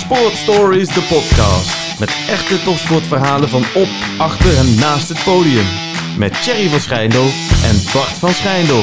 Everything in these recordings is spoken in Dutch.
Sport Stories, de podcast. Met echte topsportverhalen van op, achter en naast het podium. Met Thierry van Schijndel en Bart van Schijndel.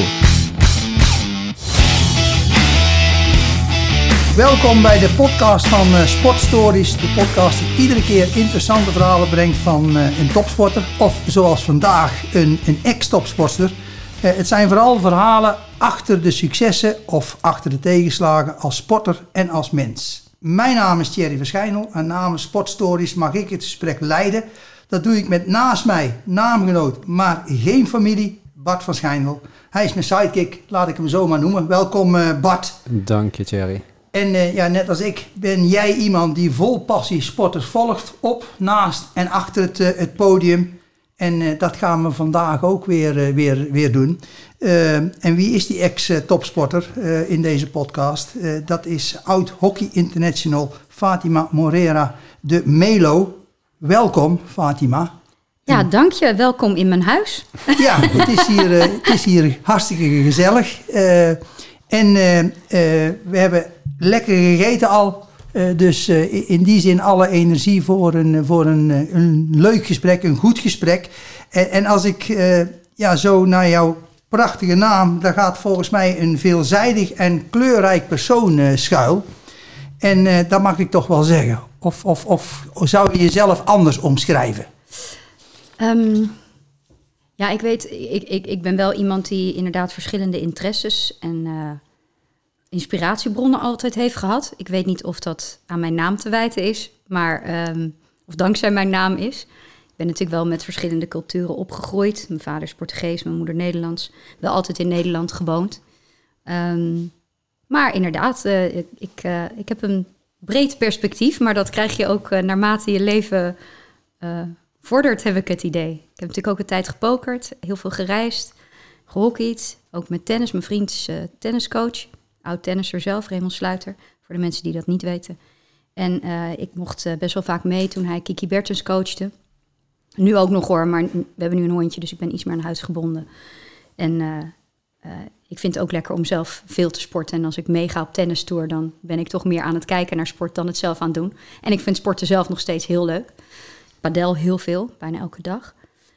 Welkom bij de podcast van Sport Stories. De podcast die iedere keer interessante verhalen brengt van een topsporter. Of zoals vandaag een ex-topsporter. Het zijn vooral verhalen achter de successen of achter de tegenslagen als sporter en als mens. Mijn naam is Thierry van Schijndel en namens Sport Stories mag ik het gesprek leiden. Dat doe ik met naast mij, naamgenoot, maar geen familie, Bart van Schijndel. Hij is mijn sidekick, laat ik hem zo maar noemen. Welkom Bart. Dank je Thierry. En net als ik ben jij iemand die vol passie sporters volgt, op, naast en achter het podium. En dat gaan we vandaag ook weer doen. En wie is die ex-topsporter in deze podcast? Dat is oud-hockey international Fatima Moreira de Melo. Welkom Fatima. Ja, dank je. Welkom in mijn huis. Ja, het is hier hartstikke gezellig. We hebben lekker gegeten al. Dus in die zin alle energie voor een leuk gesprek, een goed gesprek. En als ik zo naar jouw prachtige naam, daar gaat volgens mij een veelzijdig en kleurrijk persoon schuil. En dat mag ik toch wel zeggen. Of zou je jezelf anders omschrijven? Ja, ik weet, ik ben wel iemand die inderdaad verschillende interesses en inspiratiebronnen altijd heeft gehad. Ik weet niet of dat aan mijn naam te wijten is, maar of dankzij mijn naam is. Ik ben natuurlijk wel met verschillende culturen opgegroeid. Mijn vader is Portugees, mijn moeder Nederlands. Wel altijd in Nederland gewoond. Maar inderdaad, ik heb een breed perspectief, maar dat krijg je ook naarmate je leven vordert, heb ik het idee. Ik heb natuurlijk ook een tijd gepokerd, heel veel gereisd, gehockeyd. Ook met tennis. Mijn vriend is tenniscoach. Oud-tennisser zelf, Raymond Sluiter, voor de mensen die dat niet weten. En ik mocht best wel vaak mee toen hij Kiki Bertens coachte. Nu ook nog hoor, maar we hebben nu een hondje, dus ik ben iets meer aan huis gebonden. En ik vind het ook lekker om zelf veel te sporten. En als ik meega op tennistour, dan ben ik toch meer aan het kijken naar sport dan het zelf aan het doen. En ik vind sporten zelf nog steeds heel leuk. Padel heel veel, bijna elke dag.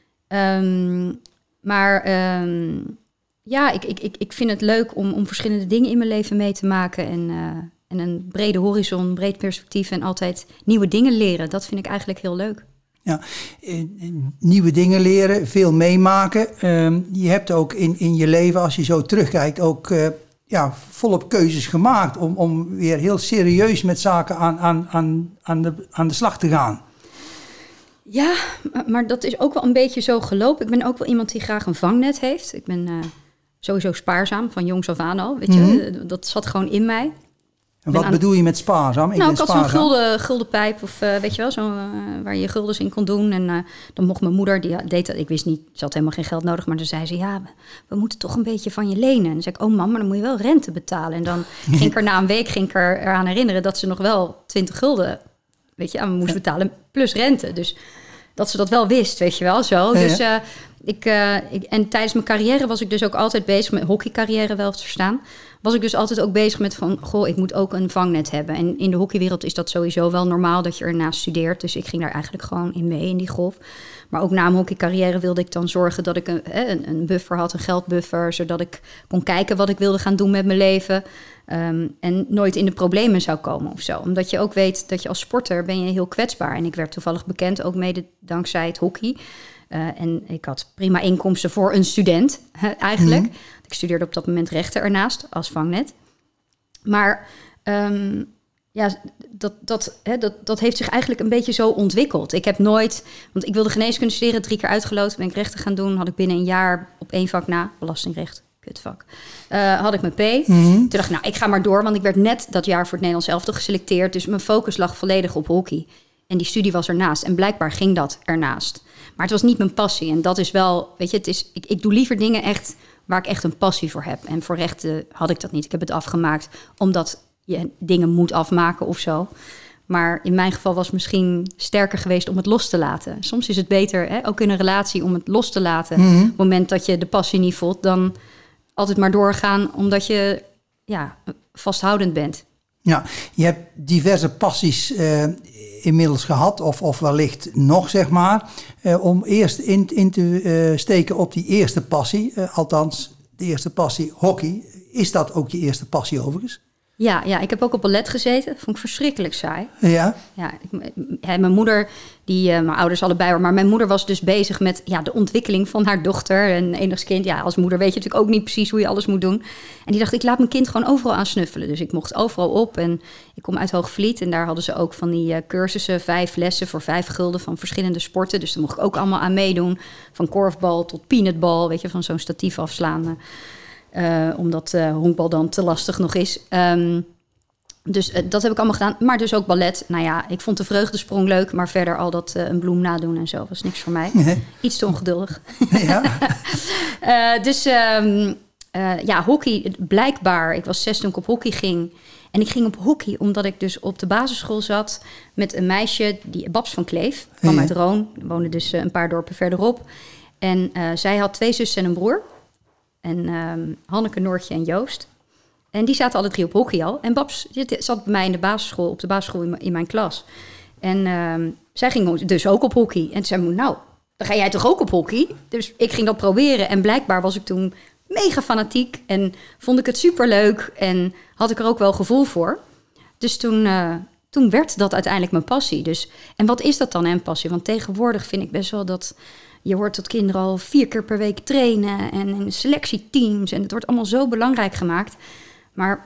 Ja, ik vind het leuk om verschillende dingen in mijn leven mee te maken. En een brede horizon, een breed perspectief en altijd nieuwe dingen leren. Dat vind ik eigenlijk heel leuk. Ja, nieuwe dingen leren, veel meemaken. Je hebt ook in je leven, als je zo terugkijkt, ook volop keuzes gemaakt om weer heel serieus met zaken aan de slag te gaan. Ja, maar dat is ook wel een beetje zo gelopen. Ik ben ook wel iemand die graag een vangnet heeft. Ik ben sowieso spaarzaam, van jongs af aan al. Weet je? Dat zat gewoon in mij. En wat bedoel je met spaarzaam? Ik had zo'n gulden pijp of weet je wel, zo, waar je guldens in kon doen. En dan mocht mijn moeder, die deed dat, ik wist niet, ze had helemaal geen geld nodig. Maar dan zei ze, ja, we moeten toch een beetje van je lenen. En dan zei ik, oh mam, maar dan moet je wel rente betalen. En dan ging ik er na een week eraan herinneren dat ze nog wel 20 gulden aan me moest betalen, plus rente. Dus dat ze dat wel wist, weet je wel, zo. Ja. Dus en tijdens mijn carrière was ik dus ook altijd bezig met hockeycarrière, wel te verstaan. Was ik dus altijd ook bezig met ik moet ook een vangnet hebben. En in de hockeywereld is dat sowieso wel normaal dat je ernaast studeert. Dus ik ging daar eigenlijk gewoon in mee, in die golf. Maar ook na mijn hockeycarrière wilde ik dan zorgen dat ik een buffer had, een geldbuffer. Zodat ik kon kijken wat ik wilde gaan doen met mijn leven. En nooit in de problemen zou komen of zo. Omdat je ook weet dat je als sporter ben je heel kwetsbaar. En ik werd toevallig bekend, ook mede dankzij het hockey. En ik had prima inkomsten voor een student, eigenlijk. Mm. Ik studeerde op dat moment rechten ernaast als vangnet. Maar dat heeft zich eigenlijk een beetje zo ontwikkeld. Ik heb nooit, want ik wilde geneeskunde studeren, 3 keer uitgeloten, ben ik rechten gaan doen. Had ik binnen een jaar op 1 vak na, belastingrecht, kutvak, had ik mijn P. Mm-hmm. Toen dacht ik, ik ga maar door, want ik werd net dat jaar voor het Nederlands elftal geselecteerd. Dus mijn focus lag volledig op hockey. En die studie was ernaast. En blijkbaar ging dat ernaast. Maar het was niet mijn passie. En dat is wel, weet je, ik doe liever dingen echt waar ik echt een passie voor heb. En voor rechten had ik dat niet. Ik heb het afgemaakt omdat je dingen moet afmaken of zo. Maar in mijn geval was het misschien sterker geweest om het los te laten. Soms is het beter, ook in een relatie, om het los te laten. Mm-hmm. Op het moment dat je de passie niet voelt, dan altijd maar doorgaan omdat je vasthoudend bent. Ja, je hebt diverse passies inmiddels gehad, of wellicht nog, zeg maar. Om eerst in te steken op die eerste passie, althans de eerste passie hockey. Is dat ook je eerste passie overigens? Ja, ik heb ook op ballet gezeten. Vond ik verschrikkelijk saai. Ja? Ja, mijn moeder, mijn ouders allebei hoor, maar mijn moeder was dus bezig met de ontwikkeling van haar dochter. En enigskind, als moeder weet je natuurlijk ook niet precies hoe je alles moet doen. En die dacht, ik laat mijn kind gewoon overal aan snuffelen. Dus ik mocht overal op en ik kom uit Hoogvliet. En daar hadden ze ook van die cursussen, 5 lessen voor 5 gulden van verschillende sporten. Dus daar mocht ik ook allemaal aan meedoen. Van korfbal tot peanutbal, weet je, van zo'n statief afslaan. Omdat honkbal dan te lastig nog is. Dus dat heb ik allemaal gedaan. Maar dus ook ballet. Nou ja, ik vond de vreugdesprong leuk. Maar verder al dat een bloem nadoen en zo was niks voor mij. Nee. Iets te ongeduldig. Ja. Hockey blijkbaar. Ik was 6 toen ik op hockey ging. En ik ging op hockey omdat ik dus op de basisschool zat met een meisje, Babs van Kleef, kwam uit Roon. Woonde dus een paar dorpen verderop. En zij had 2 zussen en een broer. En Hanneke, Noortje en Joost. En die zaten alle 3 op hockey al. En Babs zat bij mij in de basisschool, op de basisschool in mijn klas. En zij ging dus ook op hockey. En toen zei moeder, nou, dan ga jij toch ook op hockey? Dus ik ging dat proberen. En blijkbaar was ik toen mega fanatiek. En vond ik het superleuk. En had ik er ook wel gevoel voor. Dus toen werd dat uiteindelijk mijn passie. Dus, en wat is dat dan, een passie? Want tegenwoordig vind ik best wel dat je hoort dat kinderen al 4 keer per week trainen en in selectieteams. En het wordt allemaal zo belangrijk gemaakt. Maar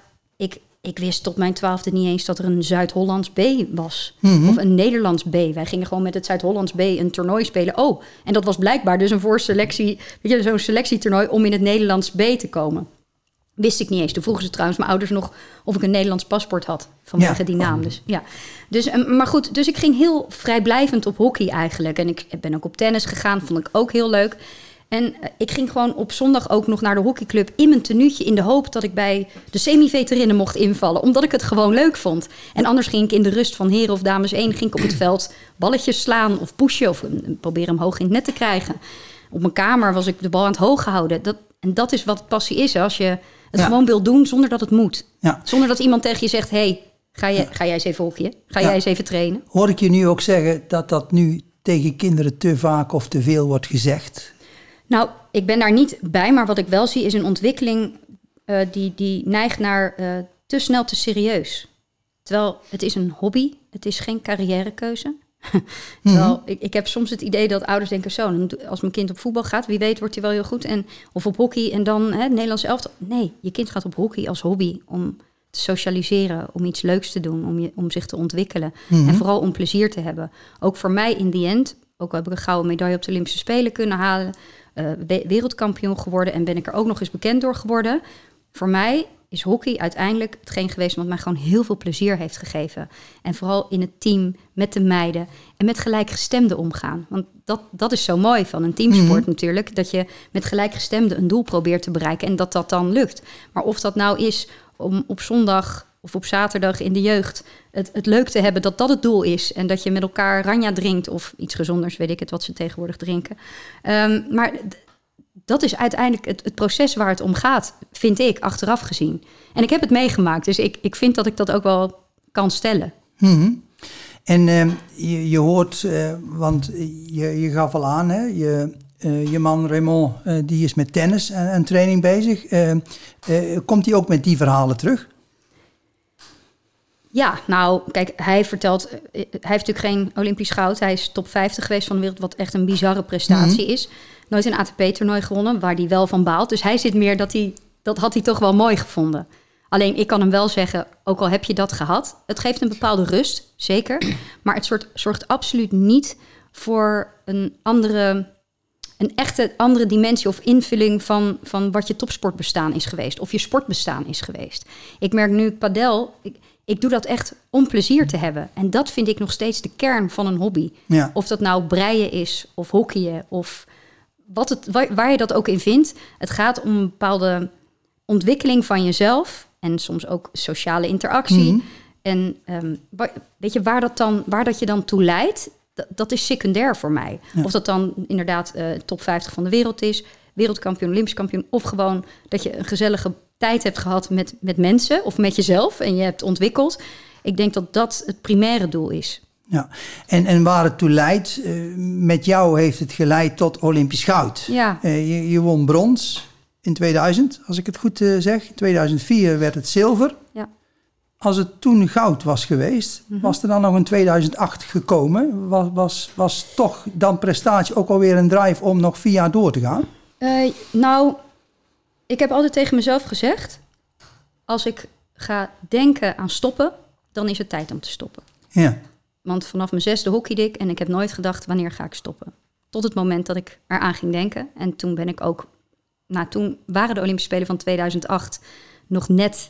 ik wist tot mijn 12e niet eens dat er een Zuid-Hollands B was. Mm-hmm. Of een Nederlands B. Wij gingen gewoon met het Zuid-Hollands B een toernooi spelen. Oh, en dat was blijkbaar dus een voorselectie, weet je, zo'n selectietoernooi om in het Nederlands B te komen. Wist ik niet eens. Toen vroegen ze trouwens mijn ouders nog of ik een Nederlands paspoort had. Vanwege die naam. Dus, ja. Maar goed, dus ik ging heel vrijblijvend op hockey eigenlijk. En ik ben ook op tennis gegaan. Vond ik ook heel leuk. En ik ging gewoon op zondag ook nog naar de hockeyclub in mijn tenuutje, in de hoop dat ik bij de semi-veteranen mocht invallen. Omdat ik het gewoon leuk vond. En anders ging ik in de rust van heren of dames 1... ging ik op het veld balletjes slaan of pushen. Of proberen hem hoog in het net te krijgen. Op mijn kamer was ik de bal aan het hoog houden. En dat is wat passie is. Hè? Als je het gewoon wil doen zonder dat het moet. Ja. Zonder dat iemand tegen je zegt, hey, ga jij eens even hockeyen? Ga jij eens even trainen? Hoor ik je nu ook zeggen dat nu tegen kinderen te vaak of te veel wordt gezegd? Nou, ik ben daar niet bij, maar wat ik wel zie is een ontwikkeling die neigt naar te snel te serieus. Terwijl het is een hobby, het is geen carrièrekeuze. Terwijl ik heb soms het idee dat ouders denken zo, als mijn kind op voetbal gaat, wie weet wordt hij wel heel goed. Of op hockey en dan het Nederlands elftal. Nee, je kind gaat op hockey als hobby om te socialiseren, om iets leuks te doen, om zich te ontwikkelen. En vooral om plezier te hebben. Ook voor mij in the end, ook al heb ik een gouden medaille op de Olympische Spelen kunnen halen, wereldkampioen geworden en ben ik er ook nog eens bekend door geworden. Voor mij is hockey uiteindelijk hetgeen geweest wat mij gewoon heel veel plezier heeft gegeven. En vooral in het team, met de meiden en met gelijkgestemden omgaan. Want dat is zo mooi van een teamsport natuurlijk, dat je met gelijkgestemden een doel probeert te bereiken en dat dan lukt. Maar of dat nou is om op zondag of op zaterdag in de jeugd het leuk te hebben dat het doel is. En dat je met elkaar ranja drinkt of iets gezonders, weet ik het, wat ze tegenwoordig drinken. Maar dat is uiteindelijk het proces waar het om gaat, vind ik, achteraf gezien. En ik heb het meegemaakt, dus ik vind dat ik dat ook wel kan stellen. Mm-hmm. En je hoort, want je gaf al aan, hè, je man Raymond, die is met tennis en training bezig. Komt hij ook met die verhalen terug? Ja, nou, kijk, hij vertelt, hij heeft natuurlijk geen Olympisch goud. Hij is top 50 geweest van de wereld, wat echt een bizarre prestatie is. Nooit een ATP-toernooi gewonnen, waar hij wel van baalt. Dus hij zit meer dat had hij toch wel mooi gevonden. Alleen, ik kan hem wel zeggen, ook al heb je dat gehad, het geeft een bepaalde rust, zeker. Maar het zorgt absoluut niet voor een echte andere dimensie of invulling van wat je topsportbestaan is geweest. Of je sportbestaan is geweest. Ik merk nu padel, ik doe dat echt om plezier te hebben. En dat vind ik nog steeds de kern van een hobby. Ja. Of dat nou breien is, of hockeyen, of waar je dat ook in vindt. Het gaat om een bepaalde ontwikkeling van jezelf. En soms ook sociale interactie. En weet je, waar dat je dan toe leidt, dat is secundair voor mij. Ja. Of dat dan inderdaad top 50 van de wereld is, wereldkampioen, Olympisch kampioen, of gewoon dat je een gezellige tijd hebt gehad met mensen of met jezelf en je hebt ontwikkeld. Ik denk dat dat het primaire doel is. Ja, en waar het toe leidt, met jou heeft het geleid tot Olympisch goud. Ja. Je won brons in 2000, als ik het goed zeg. In 2004 werd het zilver. Ja. Als het toen goud was geweest, was er dan nog een 2008 gekomen? Was toch dan prestatie ook alweer een drive om nog 4 jaar door te gaan? Nou, ik heb altijd tegen mezelf gezegd, als ik ga denken aan stoppen, dan is het tijd om te stoppen. Ja. Want vanaf mijn 6e hockeyde ik en ik heb nooit gedacht, wanneer ga ik stoppen? Tot het moment dat ik eraan ging denken. En toen ben ik ook, toen waren de Olympische Spelen van 2008 nog net,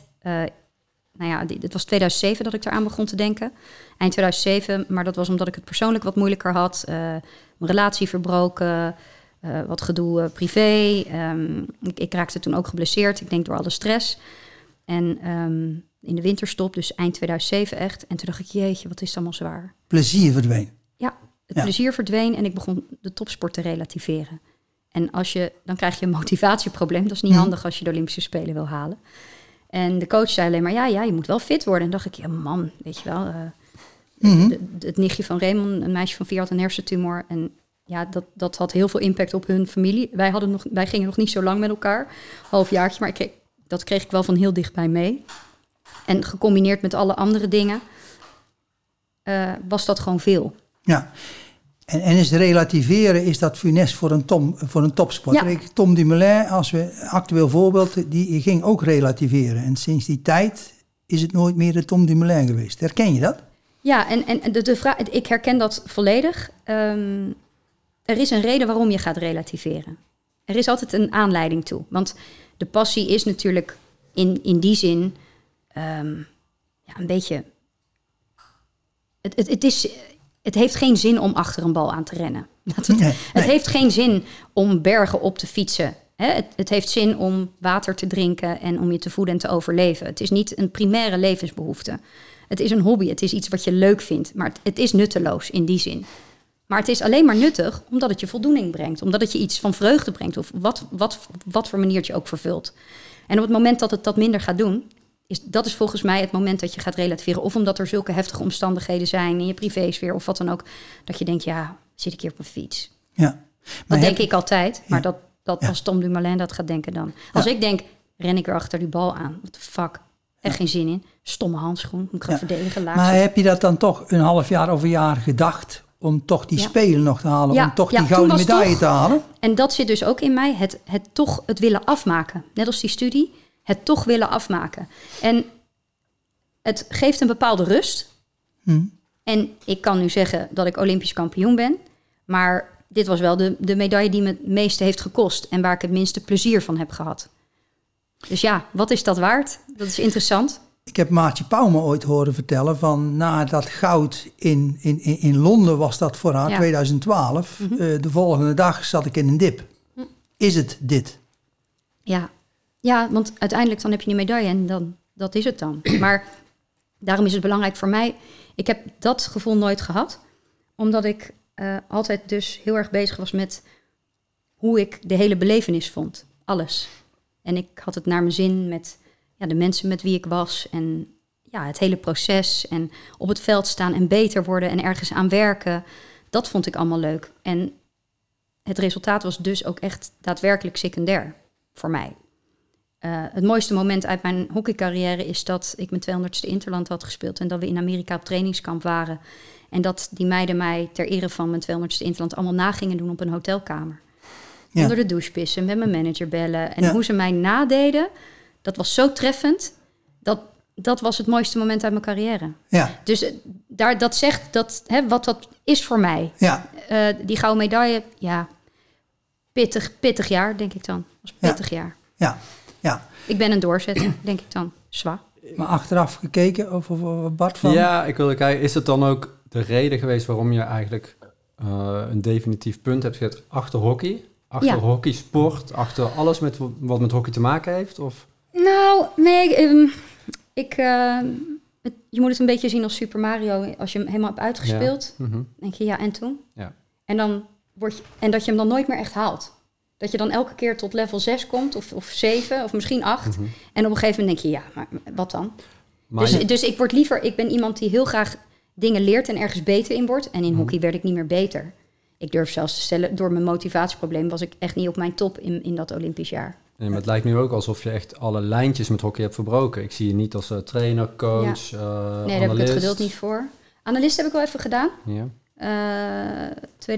het was 2007 dat ik eraan begon te denken. Eind 2007, maar dat was omdat ik het persoonlijk wat moeilijker had. Mijn relatie verbroken, wat gedoe privé. Ik raakte toen ook geblesseerd, ik denk door alle stress. En in de winterstop, dus eind 2007 echt. En toen dacht ik, jeetje, wat is het allemaal zwaar. Plezier verdween. Ja, het plezier verdween en ik begon de topsport te relativeren. En dan krijg je een motivatieprobleem. Dat is niet handig als je de Olympische Spelen wil halen. En de coach zei alleen maar, ja, je moet wel fit worden. En dacht ik, ja man, weet je wel. Het nichtje van Raymond, een meisje van 4, had een hersentumor. En ja, dat had heel veel impact op hun familie. Wij gingen nog niet zo lang met elkaar, halfjaartje. Maar dat kreeg ik wel van heel dichtbij mee. En gecombineerd met alle andere dingen was dat gewoon veel. Ja, en is relativeren, is dat funest voor een topsporter? Ja. Tom Dumoulin, als we actueel voorbeeld, die ging ook relativeren. En sinds die tijd is het nooit meer de Tom Dumoulin geweest. Herken je dat? Ja, en de vraag, ik herken dat volledig. Er is een reden waarom je gaat relativeren. Er is altijd een aanleiding toe. Want de passie is natuurlijk in die zin een beetje... Het heeft geen zin om achter een bal aan te rennen. Het heeft geen zin om bergen op te fietsen. Het heeft zin om water te drinken en om je te voeden en te overleven. Het is niet een primaire levensbehoefte. Het is een hobby, het is iets wat je leuk vindt. Maar het is nutteloos in die zin. Maar het is alleen maar nuttig omdat het je voldoening brengt. Omdat het je iets van vreugde brengt. Of wat voor manier het je ook vervult. En op het moment dat het dat minder gaat doen... Dat is volgens mij het moment dat je gaat relativeren. Of omdat er zulke heftige omstandigheden zijn in je privésfeer of wat dan ook. Dat je denkt, ja, zit ik hier op mijn fiets? Ja. Dat denk ik altijd. Maar dat als Tom Dumoulin dat gaat denken dan. Als ik denk, ren ik weer achter die bal aan. What the fuck? Echt geen zin in. Stomme handschoen. Moet ik gaan verdedigen. Maar heb je dat dan toch een half jaar of een jaar gedacht... om toch die Spelen nog te halen? Om toch die gouden medaille te halen? En dat zit dus ook in mij. Het willen afmaken. Net als die studie. Het toch willen afmaken. En het geeft een bepaalde rust. En ik kan nu zeggen dat ik Olympisch kampioen ben. Maar dit was wel de medaille die me het meeste heeft gekost. En waar ik het minste plezier van heb gehad. Dus ja, wat is dat waard? Dat is interessant. Ik heb Maartje Pauwme ooit horen vertellen... van na dat goud in Londen was dat voor haar, 2012. De volgende dag zat ik in een dip. Is het dit? Ja, want uiteindelijk dan heb je een medaille en dat is het dan. Maar daarom is het belangrijk voor mij... Ik heb dat gevoel nooit gehad. Omdat ik altijd dus heel erg bezig was met... hoe ik de hele belevenis vond. Alles. En ik had het naar mijn zin met de mensen met wie ik was. En het hele proces. En op het veld staan en beter worden en ergens aan werken. Dat vond ik allemaal leuk. En het resultaat was dus ook echt daadwerkelijk secundair voor mij. Het mooiste moment uit mijn hockeycarrière is dat ik mijn 200ste Interland had gespeeld en dat we in Amerika op trainingskamp waren. En dat die meiden mij ter ere van mijn 200ste Interland allemaal nagingen doen op een hotelkamer. Ja. Onder de douche pissen, met mijn manager bellen. En hoe ze mij nadeden, dat was zo treffend. Dat was het mooiste moment uit mijn carrière. Ja. Dus dat zegt wat dat is voor mij. Ja. Die gouden medaille, pittig jaar, denk ik dan. Dat was pittig jaar. Ja. Ja. Ik ben een doorzetter, denk ik dan. Zwaar. Maar achteraf gekeken, of Bart van... Ja, ik wilde kijken, is het dan ook de reden geweest waarom je eigenlijk een definitief punt hebt gezet achter hockey? Achter hockeysport, achter alles wat met hockey te maken heeft? Of? Nou, nee, je moet het een beetje zien als Super Mario. Als je hem helemaal hebt uitgespeeld, denk je, en toen? Ja. En dat je hem dan nooit meer echt haalt. Dat je dan elke keer tot level 6 komt, of 7, of misschien 8. En op een gegeven moment denk je, ja, maar wat dan? Dus ik ben iemand die heel graag dingen leert en ergens beter in wordt. En in hockey werd ik niet meer beter. Ik durf zelfs te stellen, door mijn motivatieprobleem was ik echt niet op mijn top in dat Olympisch jaar. Nee, maar het lijkt nu ook alsof je echt alle lijntjes met hockey hebt verbroken. Ik zie je niet als trainer, coach, Nee, daar analist. heb ik het geduld niet voor. Analist heb ik wel even gedaan. Ja.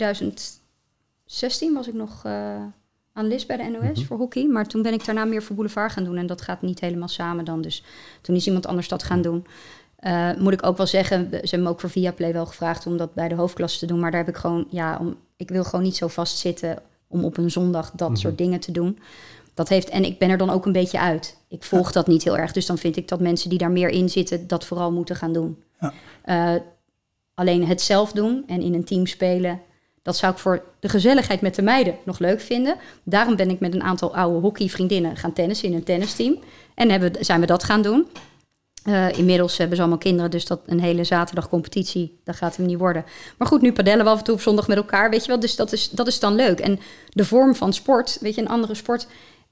2016 was ik nog analist bij de NOS voor hockey. Maar toen ben ik daarna meer voor Boulevard gaan doen. En dat gaat niet helemaal samen dan. Dus toen is iemand anders dat gaan doen. Moet ik ook wel zeggen, ze hebben me ook voor Viaplay wel gevraagd om dat bij de hoofdklasse te doen. Maar daar heb ik gewoon, ik wil gewoon niet zo vastzitten om op een zondag dat soort dingen te doen. En ik ben er dan ook een beetje uit. Ik volg dat niet heel erg. Dus dan vind ik dat mensen die daar meer in zitten, dat vooral moeten gaan doen. Ja. Alleen het zelf doen en in een team spelen, dat zou ik voor de gezelligheid met de meiden nog leuk vinden. Daarom ben ik met een aantal oude hockeyvriendinnen gaan tennissen in een tennisteam. En zijn we dat gaan doen. Inmiddels hebben ze allemaal kinderen, dus dat een hele zaterdag competitie, dat gaat hem niet worden. Maar goed, nu padellen we af en toe op zondag met elkaar, weet je wel. Dus dat is dan leuk. En de vorm van sport, weet je, een andere sport.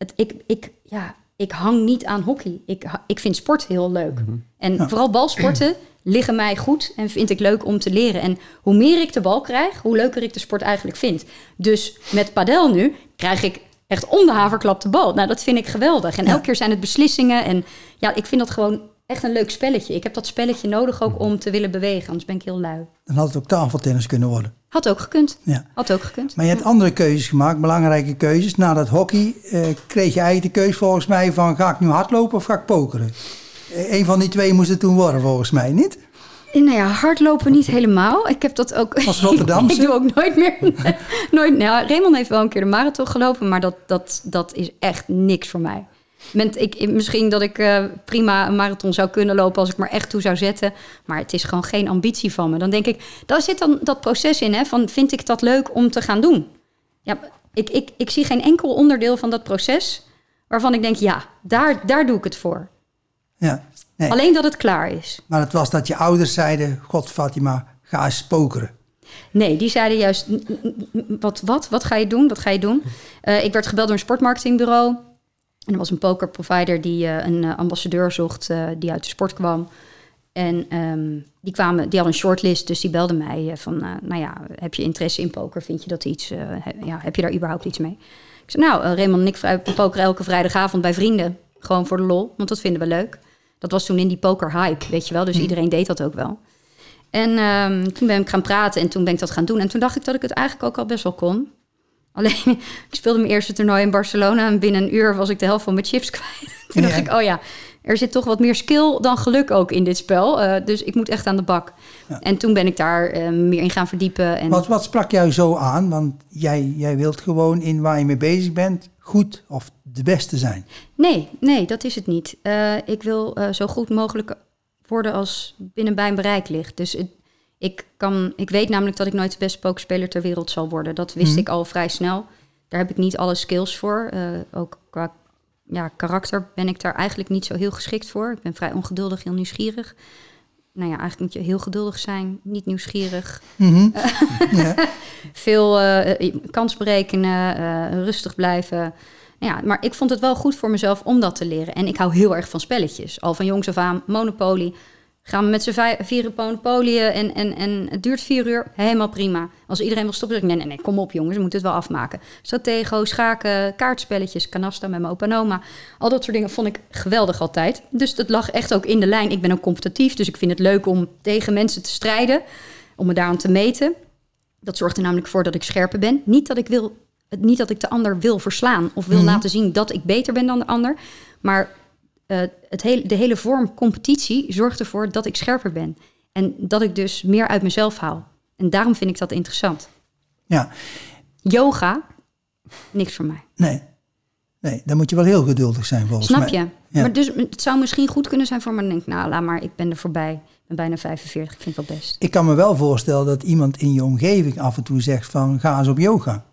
Ik hang niet aan hockey. Ik vind sport heel leuk. En vooral balsporten liggen mij goed en vind ik leuk om te leren. En hoe meer ik de bal krijg, hoe leuker ik de sport eigenlijk vind. Dus met padel nu krijg ik echt om de haverklap de bal. Nou, dat vind ik geweldig. En elke keer zijn het beslissingen. En ja, ik vind dat gewoon echt een leuk spelletje. Ik heb dat spelletje nodig ook om te willen bewegen. Anders ben ik heel lui. Dan had het ook tafeltennis kunnen worden. Had ook gekund. Ja. Had ook gekund. Maar je hebt andere keuzes gemaakt, belangrijke keuzes. Na dat hockey kreeg je eigenlijk de keuze volgens mij van, ga ik nu hardlopen of ga ik pokeren? Een van die twee moest het toen worden volgens mij, niet? Nou ja, hardlopen niet helemaal. Ik heb dat ook. Als Rotterdamse? Ik doe ook nooit meer. Nou, Raymond heeft wel een keer de marathon gelopen, maar dat is echt niks voor mij. Misschien dat ik prima een marathon zou kunnen lopen als ik maar echt toe zou zetten. Maar het is gewoon geen ambitie van me. Dan denk ik, daar zit dan dat proces in, hè, van vind ik dat leuk om te gaan doen? Ja, ik zie geen enkel onderdeel van dat proces waarvan ik denk, ja, daar doe ik het voor. Ja. Nee. Alleen dat het klaar is. Maar het was dat je ouders zeiden, god Fatima, ga eens pokeren. Nee, die zeiden juist, wat ga je doen? Wat ga je doen? Ik werd gebeld door een sportmarketingbureau. En er was een pokerprovider die een ambassadeur zocht die uit de sport kwam. En die hadden een shortlist, dus die belde mij van, heb je interesse in poker? Vind je dat iets? Heb je daar überhaupt iets mee? Ik zei, Raymond en ik pokeren elke vrijdagavond bij vrienden. Gewoon voor de lol, want dat vinden we leuk. Dat was toen in die pokerhype, weet je wel. Dus iedereen deed dat ook wel. En toen ben ik gaan praten en toen ben ik dat gaan doen. En toen dacht ik dat ik het eigenlijk ook al best wel kon. Alleen, ik speelde mijn eerste toernooi in Barcelona en binnen een uur was ik de helft van mijn chips kwijt. Toen dacht ik, er zit toch wat meer skill dan geluk ook in dit spel. Dus ik moet echt aan de bak. Ja. En toen ben ik daar meer in gaan verdiepen. En Wat sprak jou zo aan? Want jij wilt gewoon in waar je mee bezig bent goed of de beste zijn. Nee, dat is het niet. Ik wil zo goed mogelijk worden als binnen mijn bereik ligt. Dus ik weet namelijk dat ik nooit de beste pokerspeler ter wereld zal worden. Dat wist ik al vrij snel. Daar heb ik niet alle skills voor. Ook qua karakter ben ik daar eigenlijk niet zo heel geschikt voor. Ik ben vrij ongeduldig, heel nieuwsgierig. Nou ja, eigenlijk moet je heel geduldig zijn, niet nieuwsgierig. Veel kans berekenen, rustig blijven. Ja, maar ik vond het wel goed voor mezelf om dat te leren. En ik hou heel erg van spelletjes. Al van jongs af aan, Monopoly. Gaan we met z'n vieren Monopolieën en het duurt 4 uur, helemaal prima. Als iedereen wil stoppen, zeg ik, nee, kom op jongens, we moeten het wel afmaken. Stratego, schaken, kaartspelletjes, canasta met mijn opa en oma. Al dat soort dingen vond ik geweldig altijd. Dus dat lag echt ook in de lijn. Ik ben ook competitief, dus ik vind het leuk om tegen mensen te strijden. Om me daaraan te meten. Dat zorgt er namelijk voor dat ik scherper ben. Niet dat ik de ander wil verslaan of wil laten zien dat ik beter ben dan de ander. Maar de hele vorm competitie zorgt ervoor dat ik scherper ben. En dat ik dus meer uit mezelf haal. En daarom vind ik dat interessant. Ja. Yoga, niks voor mij. Nee, dan moet je wel heel geduldig zijn volgens mij. Snap je? Ja. Maar dus het zou misschien goed kunnen zijn voor me. Dan denk ik, laat maar, ik ben er voorbij. Ik ben bijna 45, ik vind het wel best. Ik kan me wel voorstellen dat iemand in je omgeving af en toe zegt van, ga eens op yoga.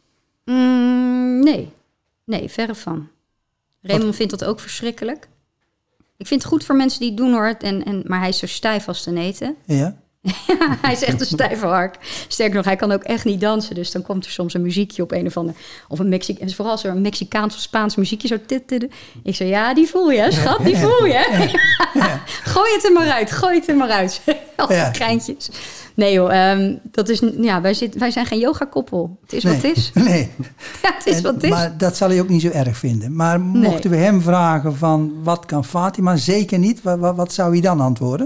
Nee, verre van. Raymond vindt dat ook verschrikkelijk. Ik vind het goed voor mensen die het doen hoor. Maar hij is zo stijf als te eten. Ja? Hij is echt een stijve hark. Sterker nog, hij kan ook echt niet dansen. Dus dan komt er soms een muziekje op een of ander... Of een en vooral zo'n Mexicaans of Spaans muziekje. Zo Ik zei, ja, die voel je, schat, die voel je. Gooi het er maar uit. Altijd kleintjes. Nee joh, dat is, wij zijn geen yoga-koppel. Het is wat het is. Nee. Ja, het is wat het is. Maar dat zal hij ook niet zo erg vinden. Maar mochten we hem vragen van, wat kan Fatima? Zeker niet. Wat zou hij dan antwoorden?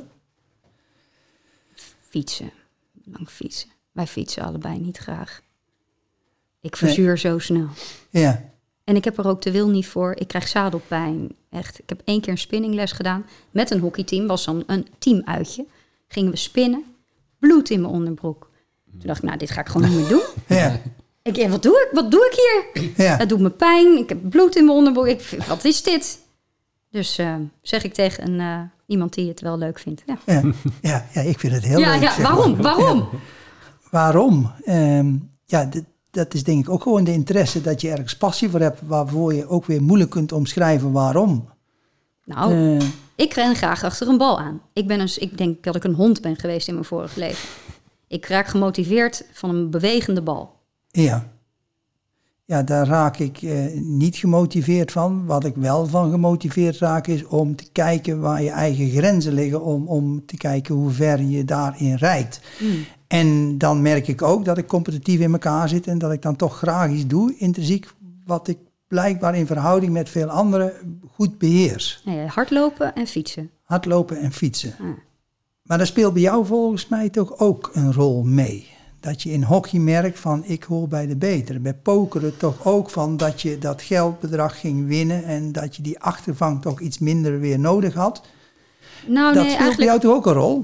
Fietsen. Lang fietsen. Wij fietsen allebei niet graag. Ik verzuur zo snel. Ja. En ik heb er ook de wil niet voor. Ik krijg zadelpijn. Echt. Ik heb 1 keer een spinningles gedaan met een hockeyteam. Was dan een teamuitje. Gingen we spinnen. Bloed in mijn onderbroek. Toen dacht ik, dit ga ik gewoon niet meer doen. Ja. Wat doe ik hier? Ja. Het doet me pijn. Ik heb bloed in mijn onderbroek. Wat is dit? Dus zeg ik tegen iemand die het wel leuk vindt. Ja, ik vind het heel leuk. Ja, waarom? Waarom? Dat is denk ik ook gewoon de interesse dat je ergens passie voor hebt, waarvoor je ook weer moeilijk kunt omschrijven waarom. Nou, ik ren graag achter een bal aan. Ik denk dat ik een hond ben geweest in mijn vorige leven. Ik raak gemotiveerd van een bewegende bal. Ja, daar raak ik niet gemotiveerd van. Wat ik wel van gemotiveerd raak is om te kijken waar je eigen grenzen liggen. Om te kijken hoe ver je daarin rijdt. En dan merk ik ook dat ik competitief in elkaar zit. En dat ik dan toch graag iets doe, intrinsiek, wat ik blijkbaar in verhouding met veel anderen goed beheers. Hardlopen en fietsen. Hardlopen en fietsen. Maar daar speelt bij jou volgens mij toch ook een rol mee. Dat je in hockey merkt van ik hoor bij de betere. Bij pokeren toch ook van dat je dat geldbedrag ging winnen en dat je die achtervang toch iets minder weer nodig had. Nou, dat speelt bij jou toch ook een rol?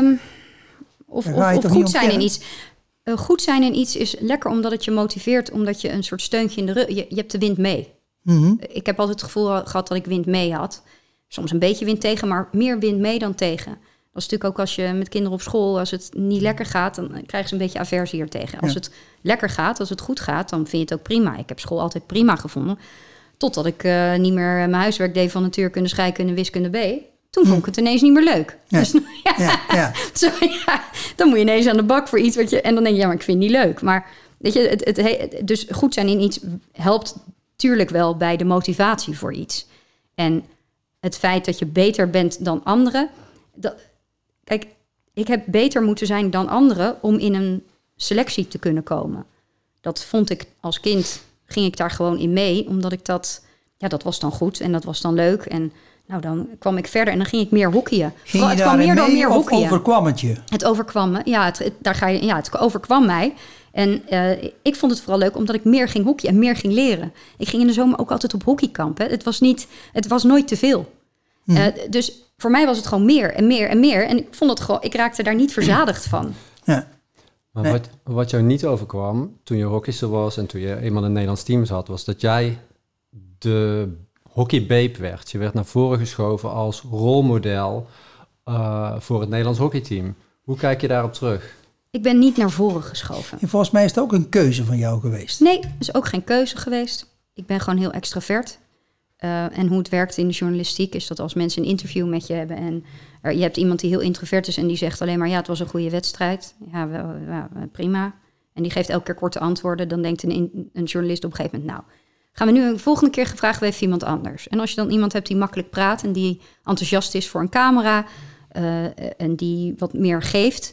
Of goed zijn in iets. Goed zijn in iets is lekker omdat het je motiveert, omdat je een soort steuntje in de rug... Je hebt de wind mee. Mm-hmm. Ik heb altijd het gevoel gehad dat ik wind mee had. Soms een beetje wind tegen, maar meer wind mee dan tegen. Dat is natuurlijk ook als je met kinderen op school... als het niet lekker gaat, dan krijgen ze een beetje aversie ertegen. Als het lekker gaat, als het goed gaat, dan vind je het ook prima. Ik heb school altijd prima gevonden. Totdat ik niet meer mijn huiswerk deed van natuurkunde, scheikunde, wiskunde B. Toen vond ik het ineens niet meer leuk. Ja. Dus, dan moet je ineens aan de bak voor iets wat je... En dan denk je, maar ik vind het niet leuk. Maar weet je, dus goed zijn in iets helpt tuurlijk wel bij de motivatie voor iets. En het feit dat je beter bent dan anderen... Kijk, ik heb beter moeten zijn dan anderen om in een selectie te kunnen komen. Dat vond ik als kind, ging ik daar gewoon in mee, omdat ik dat was dan goed en dat was dan leuk. En nou, dan kwam ik verder en dan ging ik meer hockeyen. Ging je daarin mee of overkwam het je? Het overkwam me, het overkwam mij. En ik vond het vooral leuk omdat ik meer ging hockeyen en meer ging leren. Ik ging in de zomer ook altijd op hockeykamp. Hè. Het was nooit te veel. Dus voor mij was het gewoon meer en meer en meer. En ik vond het gewoon, ik raakte daar niet verzadigd van. Ja. Maar wat jou niet overkwam toen je hockeyster was en toen je eenmaal in het Nederlands team zat, was dat jij de hockeybabe werd. Je werd naar voren geschoven als rolmodel voor het Nederlands hockeyteam. Hoe kijk je daarop terug? Ik ben niet naar voren geschoven. En volgens mij is het ook een keuze van jou geweest. Nee, het is ook geen keuze geweest. Ik ben gewoon heel extravert. En hoe het werkt in de journalistiek is dat als mensen een interview met je hebben en je hebt iemand die heel introvert is en die zegt alleen maar het was een goede wedstrijd. Ja, prima. En die geeft elke keer korte antwoorden. Dan denkt een journalist op een gegeven moment, nou, gaan we nu een volgende keer gevraagd hebben iemand anders. En als je dan iemand hebt die makkelijk praat en die enthousiast is voor een camera en die wat meer geeft,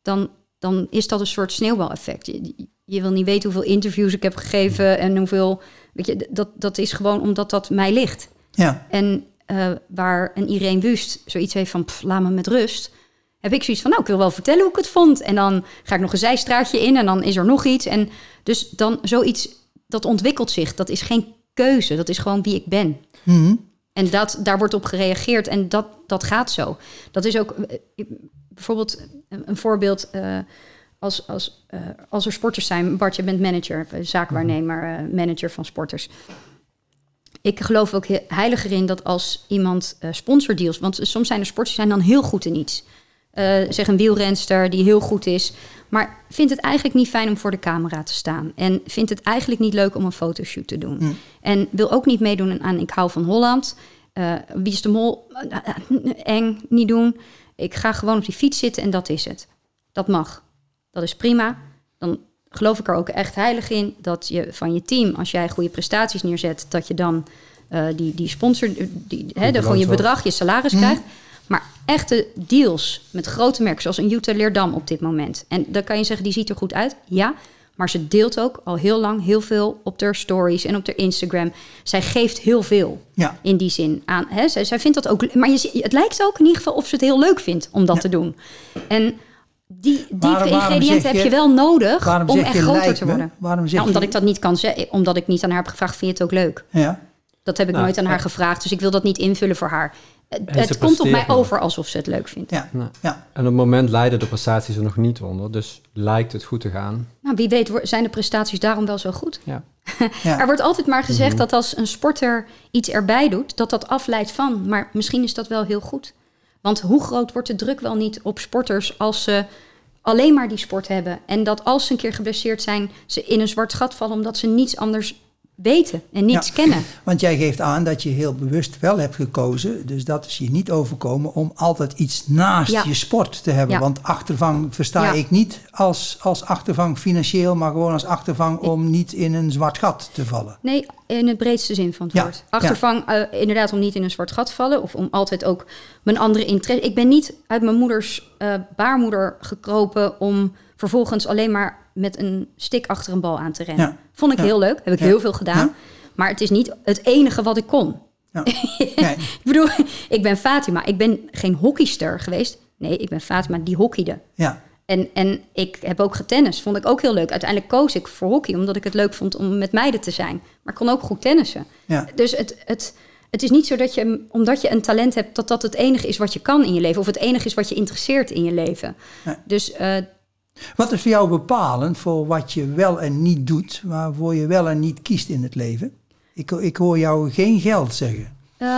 dan is dat een soort sneeuwbaleffect. Je wil niet weten hoeveel interviews ik heb gegeven en hoeveel... Weet je, dat is gewoon omdat dat mij ligt. Ja. En waar een Irene Wust zoiets heeft van, laat me met rust, heb ik zoiets van, nou, ik wil wel vertellen hoe ik het vond. En dan ga ik nog een zijstraatje in en dan is er nog iets. En dus dan zoiets, dat ontwikkelt zich. Dat is geen keuze, dat is gewoon wie ik ben. Mm-hmm. En daar wordt op gereageerd en dat gaat zo. Dat is ook bijvoorbeeld een voorbeeld... Als er sporters zijn, Bart, je bent manager, zaakwaarnemer, manager van sporters. Ik geloof ook heilig erin dat als iemand sponsordeals... want soms zijn er sporters die zijn dan heel goed in iets. Zeg een wielrenster die heel goed is... maar vindt het eigenlijk niet fijn om voor de camera te staan. En vindt het eigenlijk niet leuk om een fotoshoot te doen. Mm. En wil ook niet meedoen aan Ik hou van Holland. Wie is de mol? Eng, niet doen. Ik ga gewoon op die fiets zitten en dat is het. Dat mag. Dat is prima. Dan geloof ik er ook echt heilig in dat je van je team, als jij goede prestaties neerzet, dat je dan die sponsor, gewoon je bedrag, je salaris krijgt. Maar echte deals met grote merken, zoals een Jutta Leerdam op dit moment. En dan kan je zeggen, die ziet er goed uit. Ja, maar ze deelt ook al heel lang heel veel op haar stories en op haar Instagram. Zij geeft heel veel in die zin aan. Zij vindt dat ook. Maar het lijkt ook in ieder geval of ze het heel leuk vindt om dat te doen. En die ingrediënten heb je wel nodig om echt groter te worden. Omdat ik dat niet kan zeggen. Omdat ik niet aan haar heb gevraagd, vind je het ook leuk? Ja. Dat heb ik nooit aan haar gevraagd. Dus ik wil dat niet invullen voor haar. Het komt op mij over alsof ze het leuk vindt. Ja. En op het moment leiden de prestaties er nog niet onder. Dus lijkt het goed te gaan. Nou, wie weet zijn de prestaties daarom wel zo goed. Ja. Er wordt altijd maar gezegd dat als een sporter iets erbij doet, dat afleidt van. Maar misschien is dat wel heel goed. Want hoe groot wordt de druk wel niet op sporters als ze alleen maar die sport hebben. En dat als ze een keer geblesseerd zijn, ze in een zwart gat vallen omdat ze niets anders weten en niets kennen. Want jij geeft aan dat je heel bewust wel hebt gekozen, dus dat is je niet overkomen om altijd iets naast je sport te hebben. Want achtervang versta ik niet als achtervang financieel, maar gewoon als achtervang om niet in een zwart gat te vallen. Nee, in het breedste zin van het woord. Achtervang inderdaad om niet in een zwart gat te vallen of om altijd ook mijn andere interesse. Ik ben niet uit mijn moeders baarmoeder gekropen om vervolgens alleen maar met een stick achter een bal aan te rennen. Ja. Vond ik heel leuk. Heb ik heel veel gedaan. Ja. Maar het is niet het enige wat ik kon. Ja. Nee. Ik bedoel, ik ben Fatima. Ik ben geen hockeyster geweest. Nee, ik ben Fatima die hockeyde. Ja. En ik heb ook getennist. Vond ik ook heel leuk. Uiteindelijk koos ik voor hockey, omdat ik het leuk vond om met meiden te zijn. Maar ik kon ook goed tennissen. Ja. Dus het is niet zo dat je, omdat je een talent hebt, dat het enige is wat je kan in je leven. Of het enige is wat je interesseert in je leven. Ja. Dus wat is voor jou bepalend voor wat je wel en niet doet, waarvoor je wel en niet kiest in het leven? Ik hoor jou geen geld zeggen.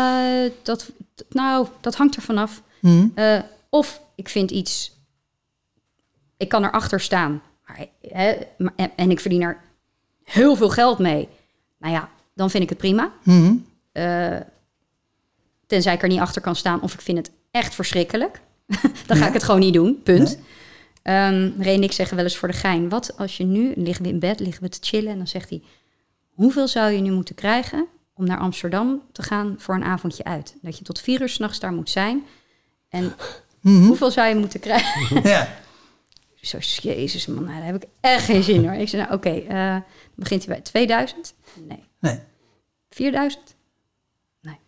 Dat hangt er vanaf. Of ik vind iets, ik kan erachter staan en ik verdien er heel veel geld mee. Nou ja, dan vind ik het prima. Tenzij ik er niet achter kan staan of ik vind het echt verschrikkelijk. Dan ga ik het gewoon niet doen, punt. Nee. Ray en ik zeggen wel eens voor de gein, wat als je nu, liggen we in bed, liggen we te chillen en dan zegt hij, hoeveel zou je nu moeten krijgen om naar Amsterdam te gaan voor een avondje uit? Dat je tot 4 uur 's nachts daar moet zijn. En hoeveel zou je moeten krijgen? Ja. Zo, jezus man, daar heb ik echt geen zin hoor. Ik zei, nou oké, dan begint hij bij 2000? Nee. 4000? Nee.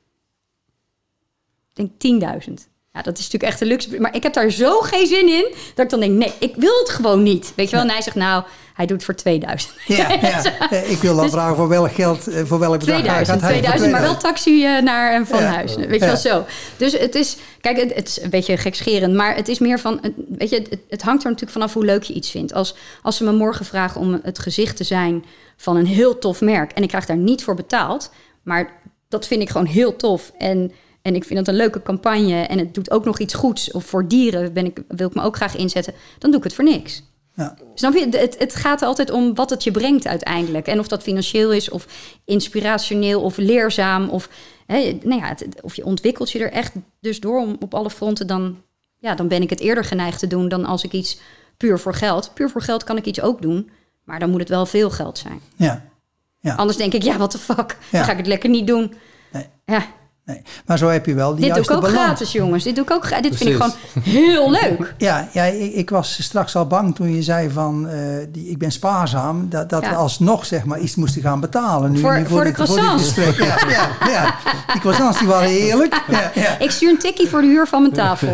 Ik denk 10.000. Ja, dat is natuurlijk echt een luxe. Maar ik heb daar zo geen zin in, dat ik dan denk, nee, ik wil het gewoon niet. Weet je wel? En hij zegt, nou, hij doet het voor 2000. Ja. Ik wil dan vragen voor welk geld, voor welk bedrag 2000, maar wel taxi naar en van huis. Weet je wel zo. Dus het is, kijk, het is een beetje gekscherend, maar het is meer van, weet je, het hangt er natuurlijk vanaf hoe leuk je iets vindt. Als ze me morgen vragen om het gezicht te zijn van een heel tof merk en ik krijg daar niet voor betaald, maar dat vind ik gewoon heel tof en ik vind het een leuke campagne en het doet ook nog iets goeds. Of voor dieren wil ik me ook graag inzetten. Dan doe ik het voor niks. Ja. Snap je? Het gaat altijd om wat het je brengt uiteindelijk. En of dat financieel is of inspirationeel of leerzaam. Of, of je ontwikkelt je er echt dus door op alle fronten. Dan ben ik het eerder geneigd te doen dan als ik iets puur voor geld. Puur voor geld kan ik iets ook doen. Maar dan moet het wel veel geld zijn. Ja. Anders denk ik, what the fuck? Dan ga ik het lekker niet doen. Nee. Ja. Nee, maar zo heb je wel die juiste balans. Dit doe ik ook gratis, jongens. Dit vind ik gewoon heel leuk. Ja, ik was straks al bang toen je zei van, ik ben spaarzaam, dat we alsnog zeg maar iets moesten gaan betalen. Nu, voor de croissants. Ja. Die croissants die waren heerlijk. Ja. Ik stuur een tikkie voor de huur van mijn tafel.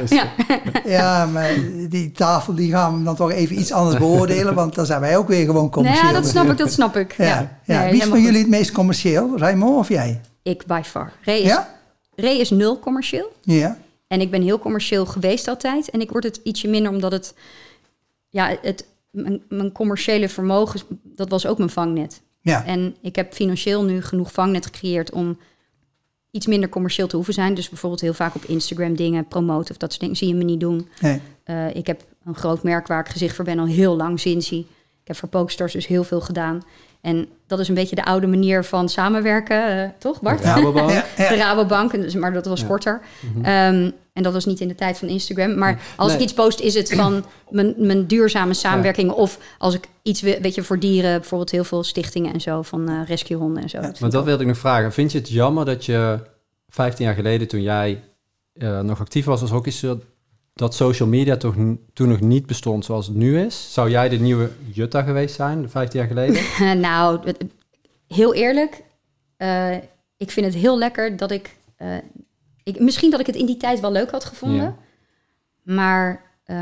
Ja, maar die tafel die gaan we dan toch even iets anders beoordelen, want dan zijn wij ook weer gewoon commercieel. Ja, dat snap ik. Ja. Wie is van jullie het meest commercieel? Raymond of jij? Ik by far. Ray is 0 commercieel. Ja. En ik ben heel commercieel geweest altijd. En ik word het ietsje minder omdat het... Ja, mijn commerciële vermogen, dat was ook mijn vangnet. Ja. En ik heb financieel nu genoeg vangnet gecreëerd om iets minder commercieel te hoeven zijn. Dus bijvoorbeeld heel vaak op Instagram dingen promoten of dat soort dingen zie je me niet doen. Nee. Ik heb een groot merk waar ik gezicht voor ben al heel lang, Zinzi. Ik heb voor PokerStars dus heel veel gedaan. En dat is een beetje de oude manier van samenwerken, toch Bart? Rabobank. De Rabobank, maar dat was korter. En dat was niet in de tijd van Instagram. Maar als ik iets post, is het van mijn duurzame samenwerking. Of als ik iets, weet je, voor dieren, bijvoorbeeld heel veel stichtingen en zo, van rescuehonden en zo. Ja, maar dat wilde ik nog vragen. Vind je het jammer dat je 15 jaar geleden, toen jij nog actief was als hockeyster, dat social media toen nog niet bestond zoals het nu is? Zou jij de nieuwe Jutta geweest zijn, 15 jaar geleden? Nou, heel eerlijk. Ik vind het heel lekker dat misschien dat ik het in die tijd wel leuk had gevonden. Ja. Maar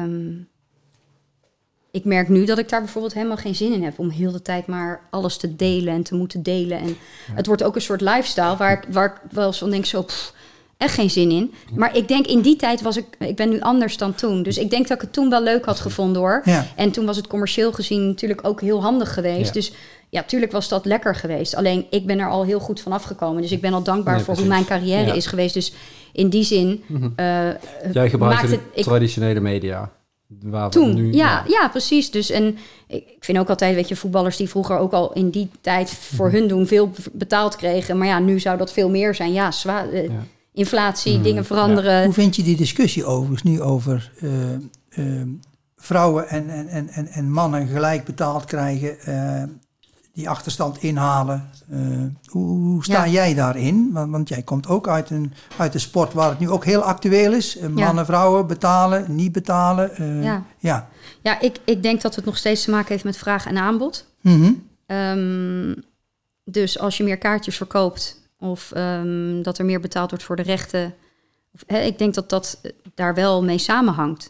ik merk nu dat ik daar bijvoorbeeld helemaal geen zin in heb om heel de tijd maar alles te delen en te moeten delen. En het wordt ook een soort lifestyle waar ik wel eens van denk zo, echt geen zin in. Maar ik denk in die tijd ik ben nu anders dan toen. Dus ik denk dat ik het toen wel leuk had gevonden hoor. Ja. En toen was het commercieel gezien natuurlijk ook heel handig geweest. Ja. Dus ja, tuurlijk was dat lekker geweest. Alleen ik ben er al heel goed van afgekomen. Dus ik ben al dankbaar voor hoe mijn carrière is geweest. Dus in die zin... Jij gebruikte traditionele media. Toen, nu, ja, precies. Dus en ik vind ook altijd, weet je, voetballers die vroeger ook al in die tijd voor hun doen veel betaald kregen. Maar ja, nu zou dat veel meer zijn. Ja, inflatie, dingen veranderen. Ja. Hoe vind je die discussie overigens nu over vrouwen en mannen gelijk betaald krijgen, die achterstand inhalen? Hoe sta jij daarin? Want jij komt ook uit een sport waar het nu ook heel actueel is. Mannen, vrouwen, betalen, niet betalen. Ja, ik denk dat het nog steeds te maken heeft met vraag en aanbod. Dus als je meer kaartjes verkoopt of dat er meer betaald wordt voor de rechten. Ik denk dat daar wel mee samenhangt.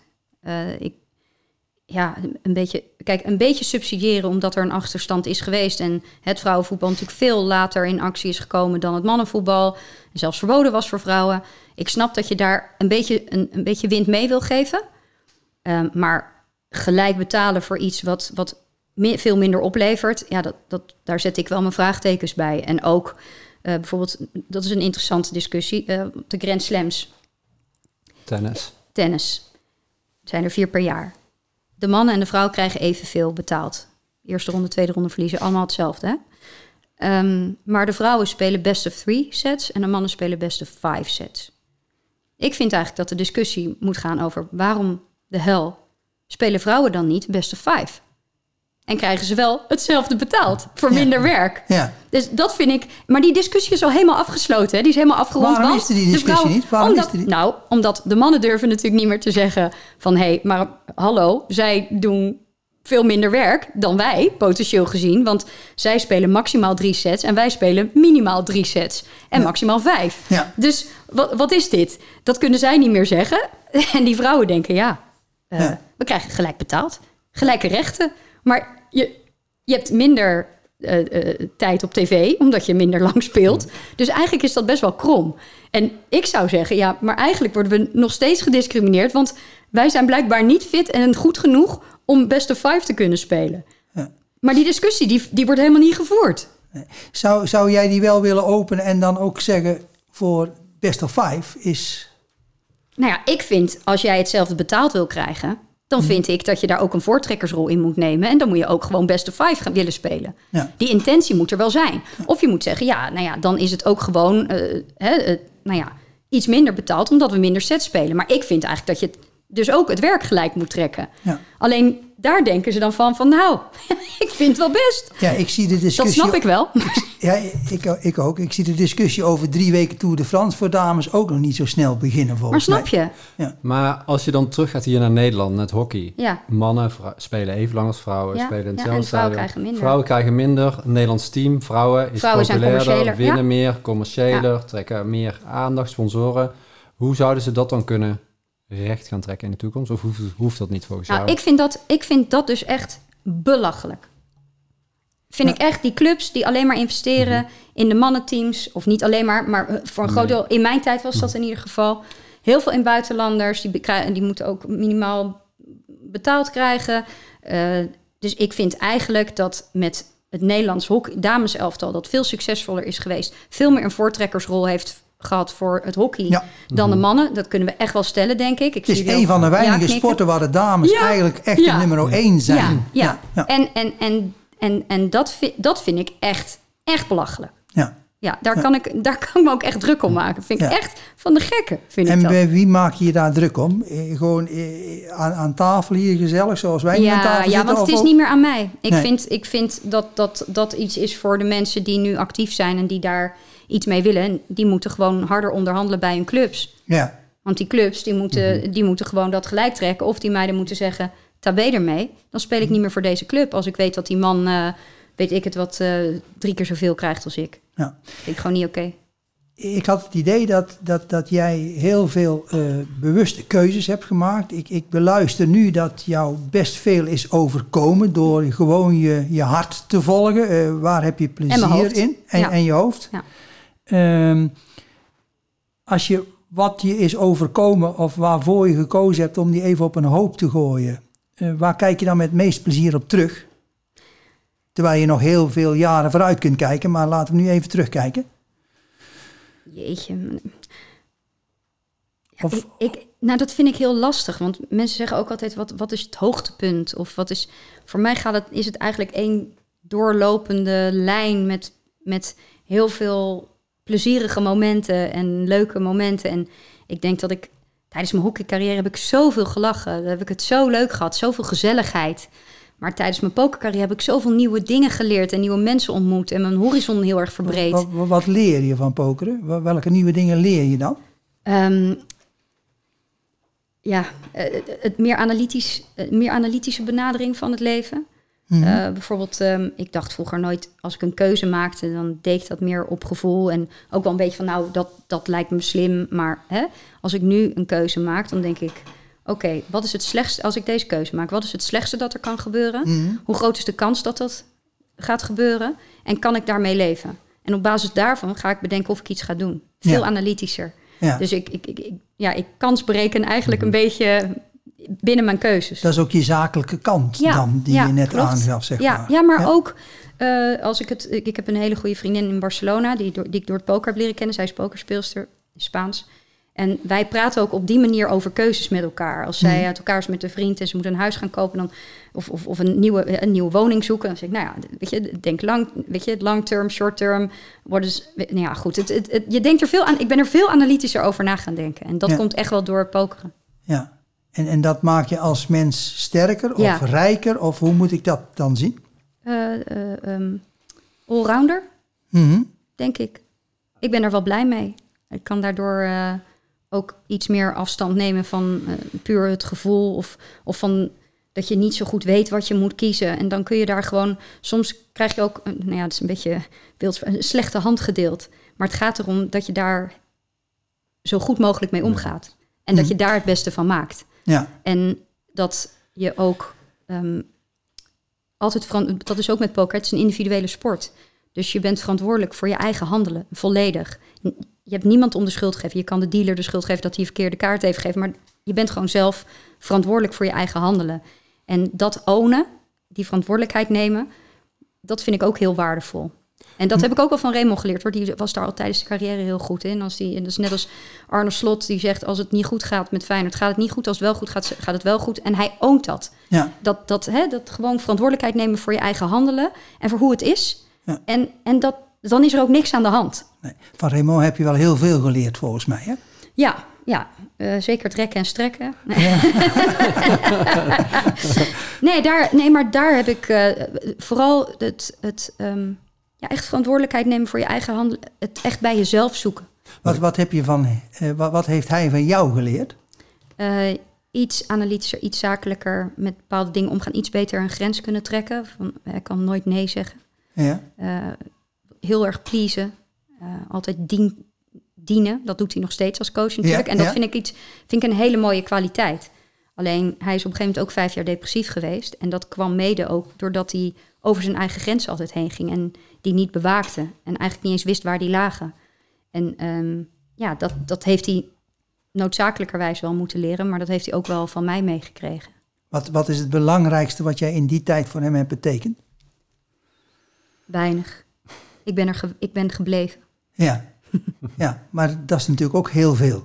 Een beetje subsidiëren omdat er een achterstand is geweest. En het vrouwenvoetbal natuurlijk veel later in actie is gekomen dan het mannenvoetbal. En zelfs verboden was voor vrouwen. Ik snap dat je daar een beetje wind mee wil geven. Maar gelijk betalen voor iets wat veel minder oplevert. Ja, daar zet ik wel mijn vraagtekens bij. En ook bijvoorbeeld, dat is een interessante discussie, de Grand Slams. Tennis. Het zijn er 4 per jaar. De mannen en de vrouw krijgen evenveel betaald. Eerste ronde, tweede ronde verliezen, allemaal hetzelfde. Hè? Maar de vrouwen spelen best of 3 sets en de mannen spelen best of 5 sets. Ik vind eigenlijk dat de discussie moet gaan over waarom de hel spelen vrouwen dan niet best of 5? En krijgen ze wel hetzelfde betaald voor minder werk. Ja. Dus dat vind ik... Maar die discussie is al helemaal afgesloten. Hè? Die is helemaal afgerond. Waarom is die discussie niet? Nou, omdat de mannen durven natuurlijk niet meer te zeggen van... hé, maar hallo, zij doen veel minder werk dan wij, potentieel gezien. Want zij spelen maximaal 3 sets en wij spelen minimaal 3 sets. En maximaal 5. Ja. Dus wat is dit? Dat kunnen zij niet meer zeggen. En die vrouwen denken, we krijgen gelijk betaald. Gelijke rechten. Maar je hebt minder tijd op tv, omdat je minder lang speelt. Dus eigenlijk is dat best wel krom. En ik zou zeggen, maar eigenlijk worden we nog steeds gediscrimineerd. Want wij zijn blijkbaar niet fit en goed genoeg om best of 5 te kunnen spelen. Ja. Maar die discussie, die wordt helemaal niet gevoerd. Nee. Zou jij die wel willen openen en dan ook zeggen voor best of 5 is... Nou ja, ik vind, als jij hetzelfde betaald wil krijgen... dan vind ik dat je daar ook een voortrekkersrol in moet nemen. En dan moet je ook gewoon best of 5 gaan willen spelen. Ja. Die intentie moet er wel zijn. Ja. Of je moet zeggen, dan is het ook gewoon iets minder betaald... omdat we minder sets spelen. Maar ik vind eigenlijk dat je dus ook het werk gelijk moet trekken. Ja. Alleen daar denken ze dan van nou, ik vind het wel best. Ja, ik zie de discussie... Dat snap ik wel. Ja, ik ook. Ik zie de discussie over 3 weken Tour de France voor dames ook nog niet zo snel beginnen volgens mij. Maar snap je? Ja. Maar als je dan terug gaat hier naar Nederland, met hockey. Ja. Mannen spelen even lang als vrouwen. Spelen in hetzelfde stadion. Vrouwen krijgen minder. Een Nederlands team, vrouwen populairder, winnen meer, commerciëler, trekken meer aandacht, sponsoren. Hoe zouden ze dat dan kunnen recht gaan trekken in de toekomst? Of hoeft dat niet volgens jou? Ik vind dat dus echt belachelijk. Vind ik echt, die clubs die alleen maar investeren in de mannenteams, of niet alleen maar voor een groot deel, in mijn tijd was dat in ieder geval, heel veel in buitenlanders, die moeten ook minimaal betaald krijgen. Dus ik vind eigenlijk dat met het Nederlands hockey, dameselftal, dat veel succesvoller is geweest, veel meer een voortrekkersrol heeft gehad voor het hockey dan de mannen. Dat kunnen we echt wel stellen, denk ik. Het is een van de weinige sporten waar de dames eigenlijk echt de nummer 1 zijn. Ja. En dat vind ik echt belachelijk. Ja, daar kan ik me ook echt druk om maken. Vind ik echt van de gekken, vind ik dat. En bij wie maak je je daar druk om? Gewoon aan tafel hier gezellig, zoals wij nu aan tafel zitten? Ja, want het is ook? niet meer aan mij. Nee. Ik vind dat iets is voor de mensen die nu actief zijn en die daar iets mee willen. En die moeten gewoon harder onderhandelen bij hun clubs. Ja. Want die clubs, die moeten gewoon dat gelijk trekken. Of die meiden moeten zeggen, tabé ermee. Dan speel ik niet meer voor deze club. Als ik weet dat die man, weet ik het wat, 3 keer zoveel krijgt als ik. Ja. Vind ik gewoon niet oké. Ik had het idee dat jij heel veel bewuste keuzes hebt gemaakt. Ik beluister nu dat jou best veel is overkomen door gewoon je hart te volgen. Waar heb je plezier in? En je hoofd. Ja. Wat je is overkomen of waarvoor je gekozen hebt om die even op een hoop te gooien. Waar kijk je dan met het meest plezier op terug? Terwijl je nog heel veel jaren vooruit kunt kijken, maar laten we nu even terugkijken. Jeetje. Ja, dat vind ik heel lastig. Want mensen zeggen ook altijd, wat is het hoogtepunt? Of wat is... Voor mij is het eigenlijk één doorlopende lijn met heel veel plezierige momenten en leuke momenten. En ik denk dat tijdens mijn hockeycarrière heb ik zoveel gelachen. Dan heb ik het zo leuk gehad, zoveel gezelligheid. Maar tijdens mijn pokercarrière heb ik zoveel nieuwe dingen geleerd en nieuwe mensen ontmoet en mijn horizon heel erg verbreed. Wat leer je van pokeren? Welke nieuwe dingen leer je dan? Het meer analytische benadering van het leven. Mm-hmm. Bijvoorbeeld, ik dacht vroeger nooit, als ik een keuze maakte, dan deed ik dat meer op gevoel. En ook wel een beetje van, dat lijkt me slim. Maar als ik nu een keuze maak, dan denk ik, oké, wat is het slechtste, als ik deze keuze maak, wat is het slechtste dat er kan gebeuren? Mm-hmm. Hoe groot is de kans dat dat gaat gebeuren? En kan ik daarmee leven? En op basis daarvan ga ik bedenken of ik iets ga doen. Veel analytischer. Ja. Dus ik kans bereken eigenlijk een beetje binnen mijn keuzes. Dat is ook je zakelijke kant dan, die je net aangaf, zeg maar. Ja, maar ook als ik heb een hele goede vriendin in Barcelona, die ik door het poker heb leren kennen. Zij is pokerspeelster, Spaans. En wij praten ook op die manier over keuzes met elkaar. Als zij uit elkaar is met een vriend en ze moet een huis gaan kopen, dan, of een nieuwe woning zoeken, dan zeg ik, weet je, denk long term, short term. Goed. Je denkt er veel aan. Ik ben er veel analytischer over na gaan denken. En dat komt echt wel door pokeren. Ja. En dat maakt je als mens sterker of rijker? Of hoe moet ik dat dan zien? Allrounder, denk ik. Ik ben er wel blij mee. Ik kan daardoor ook iets meer afstand nemen van puur het gevoel of van dat je niet zo goed weet wat je moet kiezen. En dan kun je daar gewoon... Soms krijg je ook, het is een beetje een slechte hand gedeeld. Maar het gaat erom dat je daar zo goed mogelijk mee omgaat. En dat je daar het beste van maakt. Ja. En dat je ook dat is ook met poker, het is een individuele sport. Dus je bent verantwoordelijk voor je eigen handelen, volledig. Je hebt niemand om de schuld geven. Je kan de dealer de schuld geven dat hij een verkeerde kaart heeft gegeven, maar je bent gewoon zelf verantwoordelijk voor je eigen handelen. En dat ownen, die verantwoordelijkheid nemen, dat vind ik ook heel waardevol. En dat heb ik ook wel van Raymond geleerd, hoor. Die was daar al tijdens de carrière heel goed in. En dat is net als Arne Slot, die zegt, als het niet goed gaat met Feyenoord, gaat het niet goed. Als het wel goed gaat, gaat het wel goed. En hij oont dat. Ja. Dat gewoon verantwoordelijkheid nemen voor je eigen handelen en voor hoe het is. Ja. En dan is er ook niks aan de hand. Nee. Van Raymond heb je wel heel veel geleerd, volgens mij, hè? Ja. Zeker trekken en strekken. Nee. Maar daar heb ik vooral echt verantwoordelijkheid nemen voor je eigen handelen. Het echt bij jezelf zoeken. Wat heeft hij van jou geleerd? Iets analytischer, iets zakelijker, met bepaalde dingen omgaan. Iets beter een grens kunnen trekken. Hij kan nooit nee zeggen. Ja. Heel erg pleasen. Altijd dienen. Dat doet hij nog steeds als coach natuurlijk. Ja, en dat vind ik een hele mooie kwaliteit. Alleen hij is op een gegeven moment ook 5 jaar depressief geweest. En dat kwam mede ook doordat hij over zijn eigen grenzen altijd heen ging. En die niet bewaakte. En eigenlijk niet eens wist waar die lagen. En dat heeft hij noodzakelijkerwijs wel moeten leren. Maar dat heeft hij ook wel van mij meegekregen. Wat is het belangrijkste wat jij in die tijd voor hem hebt betekend? Weinig. Ik ben gebleven. Ja, maar dat is natuurlijk ook heel veel.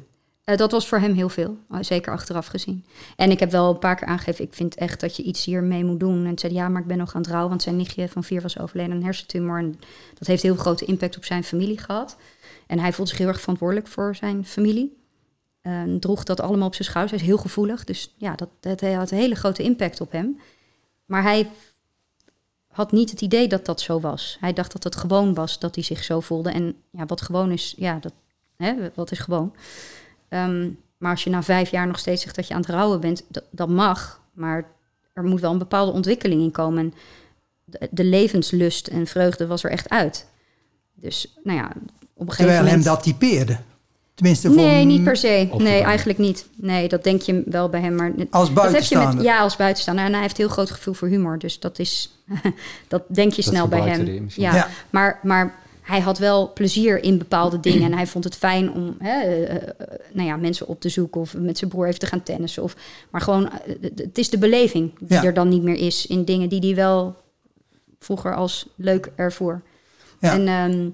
Dat was voor hem heel veel, zeker achteraf gezien. En ik heb wel een paar keer aangegeven, ik vind echt dat je iets hiermee moet doen. En toen zei hij, ja, maar ik ben nog aan het rouwen, want zijn nichtje van 4 was overleden aan een hersentumor. En dat heeft heel grote impact op zijn familie gehad. En hij voelde zich heel erg verantwoordelijk voor zijn familie. Droeg dat allemaal op zijn schouders. Hij is heel gevoelig, dus ja, dat had een hele grote impact op hem. Maar hij had niet het idee dat dat zo was. Hij dacht dat het gewoon was dat hij zich zo voelde. En ja, wat gewoon is, ja, wat is gewoon? Maar als je na 5 jaar nog steeds zegt dat je aan het rouwen bent, dat mag. Maar er moet wel een bepaalde ontwikkeling in komen. De levenslust en vreugde was er echt uit. Dus, nou ja, op een gegeven Terwijl moment... hem dat typeerde. Tenminste, Nee, niet per se. Nee, eigenlijk niet. Nee, dat denk je wel bij hem. Maar als buitenstaander. Ja, als buitenstaander. En hij heeft een heel groot gevoel voor humor. Dus dat is... dat denk je snel bij hem. Ja. Maar hij had wel plezier in bepaalde dingen. En hij vond het fijn om mensen op te zoeken. Of met zijn broer even te gaan tennissen. Maar gewoon, het is de beleving die er dan niet meer is. In dingen die hij wel vroeger als leuk ervoor. Ja. En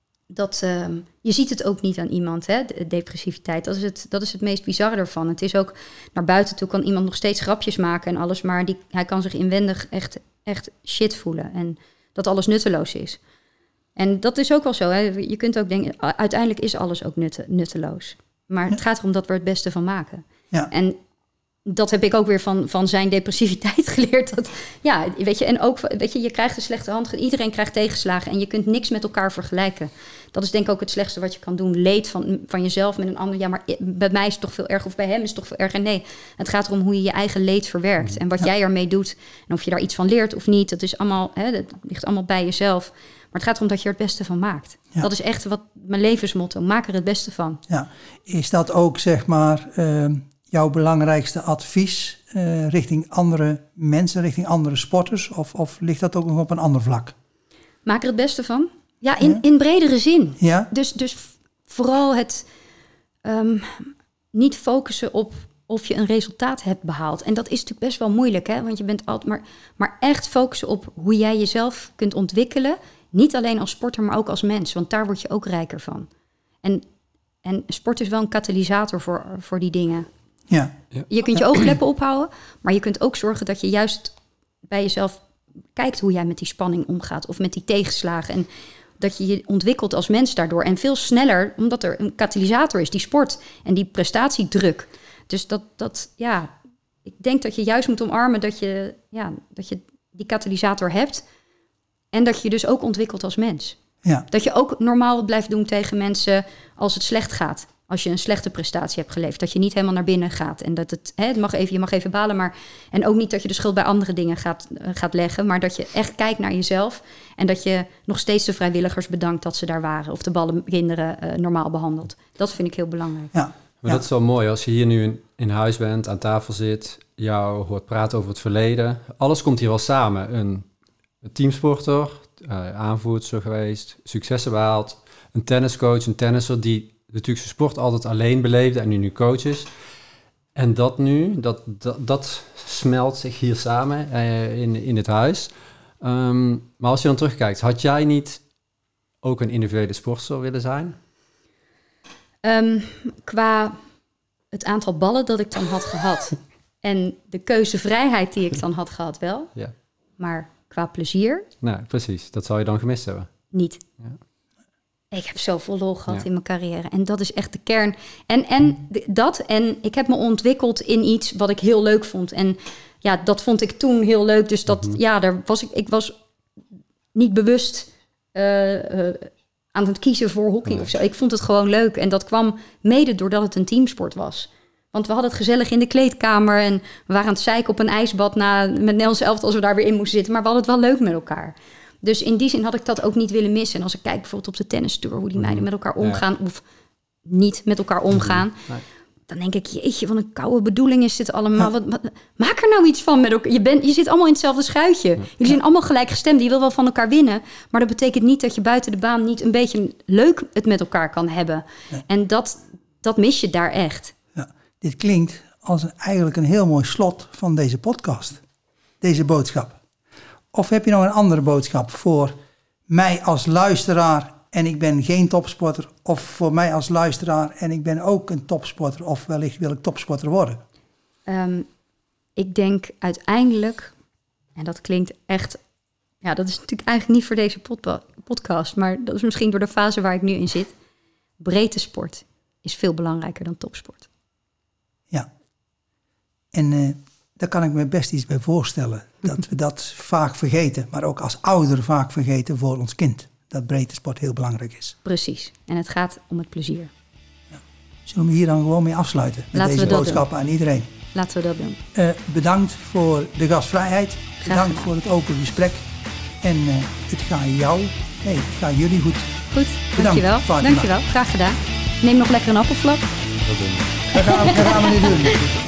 je ziet het ook niet aan iemand, hè, de depressiviteit. Dat is het meest bizarre ervan. Het is ook, naar buiten toe kan iemand nog steeds grapjes maken en alles. Maar hij kan zich inwendig echt shit voelen. En dat alles nutteloos is. En dat is ook wel zo. Hè. Je kunt ook denken, uiteindelijk is alles ook nutteloos. Maar het gaat erom dat we het beste van maken. Ja. En dat heb ik ook weer van zijn depressiviteit geleerd. Dat, ja, weet je, en ook, weet je krijgt een slechte hand. Iedereen krijgt tegenslagen en je kunt niks met elkaar vergelijken. Dat is denk ik ook het slechtste wat je kan doen. Leed van jezelf met een ander. Ja, maar bij mij is het toch veel erger of bij hem is het toch veel erger. Nee, het gaat erom hoe je je eigen leed verwerkt. En wat jij ermee doet. En of je daar iets van leert of niet. Dat is allemaal, dat ligt allemaal bij jezelf. Maar het gaat erom dat je er het beste van maakt. Ja. Dat is echt wat mijn levensmotto. Maak er het beste van. Ja. Is dat ook, zeg maar, jouw belangrijkste advies richting andere mensen, richting andere sporters? Of ligt dat ook nog op een ander vlak? Maak er het beste van? Ja, in bredere zin. Ja? Dus vooral het niet focussen op of je een resultaat hebt behaald. En dat is natuurlijk best wel moeilijk, hè? Want je bent altijd maar echt focussen op hoe jij jezelf kunt ontwikkelen. Niet alleen als sporter, maar ook als mens. Want daar word je ook rijker van. En sport is wel een katalysator voor die dingen. Ja. Je kunt je oogkleppen ophouden, maar je kunt ook zorgen dat je juist bij jezelf kijkt hoe jij met die spanning omgaat of met die tegenslagen. En dat je je ontwikkelt als mens daardoor. En veel sneller, omdat er een katalysator is, die sport en die prestatiedruk. Dus ik denk dat je juist moet omarmen dat je die katalysator hebt. En dat je dus ook ontwikkelt als mens. Ja. Dat je ook normaal blijft doen tegen mensen als het slecht gaat. Als je een slechte prestatie hebt geleverd. Dat je niet helemaal naar binnen gaat. En dat je mag even balen. Maar, en ook niet dat je de schuld bij andere dingen gaat leggen. Maar dat je echt kijkt naar jezelf. En dat je nog steeds de vrijwilligers bedankt dat ze daar waren. Of de ballenkinderen normaal behandelt. Dat vind ik heel belangrijk. Ja. Maar dat is wel mooi. Als je hier nu in huis bent, aan tafel zit. Jou hoort praten over het verleden. Alles komt hier wel samen. Een teamsporter, aanvoerster geweest. Successen behaald. Een tenniscoach, een tennisser die natuurlijk zijn sport altijd alleen beleefde en nu coach is. En dat nu, dat smelt zich hier samen in het huis. Maar als je dan terugkijkt, had jij niet ook een individuele sportster willen zijn? Qua het aantal ballen dat ik dan had gehad en de keuzevrijheid die ik dan had gehad wel. Ja. Maar qua plezier... Nou, precies. Dat zou je dan gemist hebben. Niet. Ja. Ik heb zoveel lol gehad in mijn carrière. En dat is echt de kern. En ik heb me ontwikkeld in iets wat ik heel leuk vond. En ja, dat vond ik toen heel leuk. Dus ik was niet bewust aan het kiezen voor hockey of zo. Ik vond het gewoon leuk. En dat kwam mede doordat het een teamsport was. Want we hadden het gezellig in de kleedkamer. En we waren aan het zeiken op een ijsbad met Nederlands elftal als we daar weer in moesten zitten. Maar we hadden het wel leuk met elkaar. Dus in die zin had ik dat ook niet willen missen. En als ik kijk bijvoorbeeld op de tennistour, hoe die meiden met elkaar omgaan of niet met elkaar omgaan, dan denk ik, jeetje, wat een koude bedoeling is dit allemaal. Maak er nou iets van met elkaar. Je zit allemaal in hetzelfde schuitje. Jullie zijn allemaal gelijkgestemd. Je wil wel van elkaar winnen. Maar dat betekent niet dat je buiten de baan niet een beetje leuk het met elkaar kan hebben. Ja. En dat mis je daar echt. Ja, dit klinkt als eigenlijk een heel mooi slot van deze podcast. Deze boodschap. Of heb je nog een andere boodschap voor mij als luisteraar en ik ben geen topsporter, of voor mij als luisteraar en ik ben ook een topsporter, of wellicht wil ik topsporter worden? Ik denk uiteindelijk, en dat klinkt echt, ja, dat is natuurlijk eigenlijk niet voor deze podcast, maar dat is misschien door de fase waar ik nu in zit. Breedte sport is veel belangrijker dan topsport. Ja, en daar kan ik me best iets bij voorstellen. Dat we dat vaak vergeten, maar ook als ouder vaak vergeten voor ons kind. Dat breedte sport heel belangrijk is. Precies, en het gaat om het plezier. Ja. Zullen we hier dan gewoon mee afsluiten? Met Laten deze we dat boodschappen aan iedereen. Laten we dat doen. Bedankt voor de gastvrijheid. Bedankt voor het open gesprek. En het gaat jullie goed. Goed, Bedankt, dankjewel. Fatima. Dankjewel, graag gedaan. Neem nog lekker een appelflap. Dat doen we. Dat gaan we nu doen.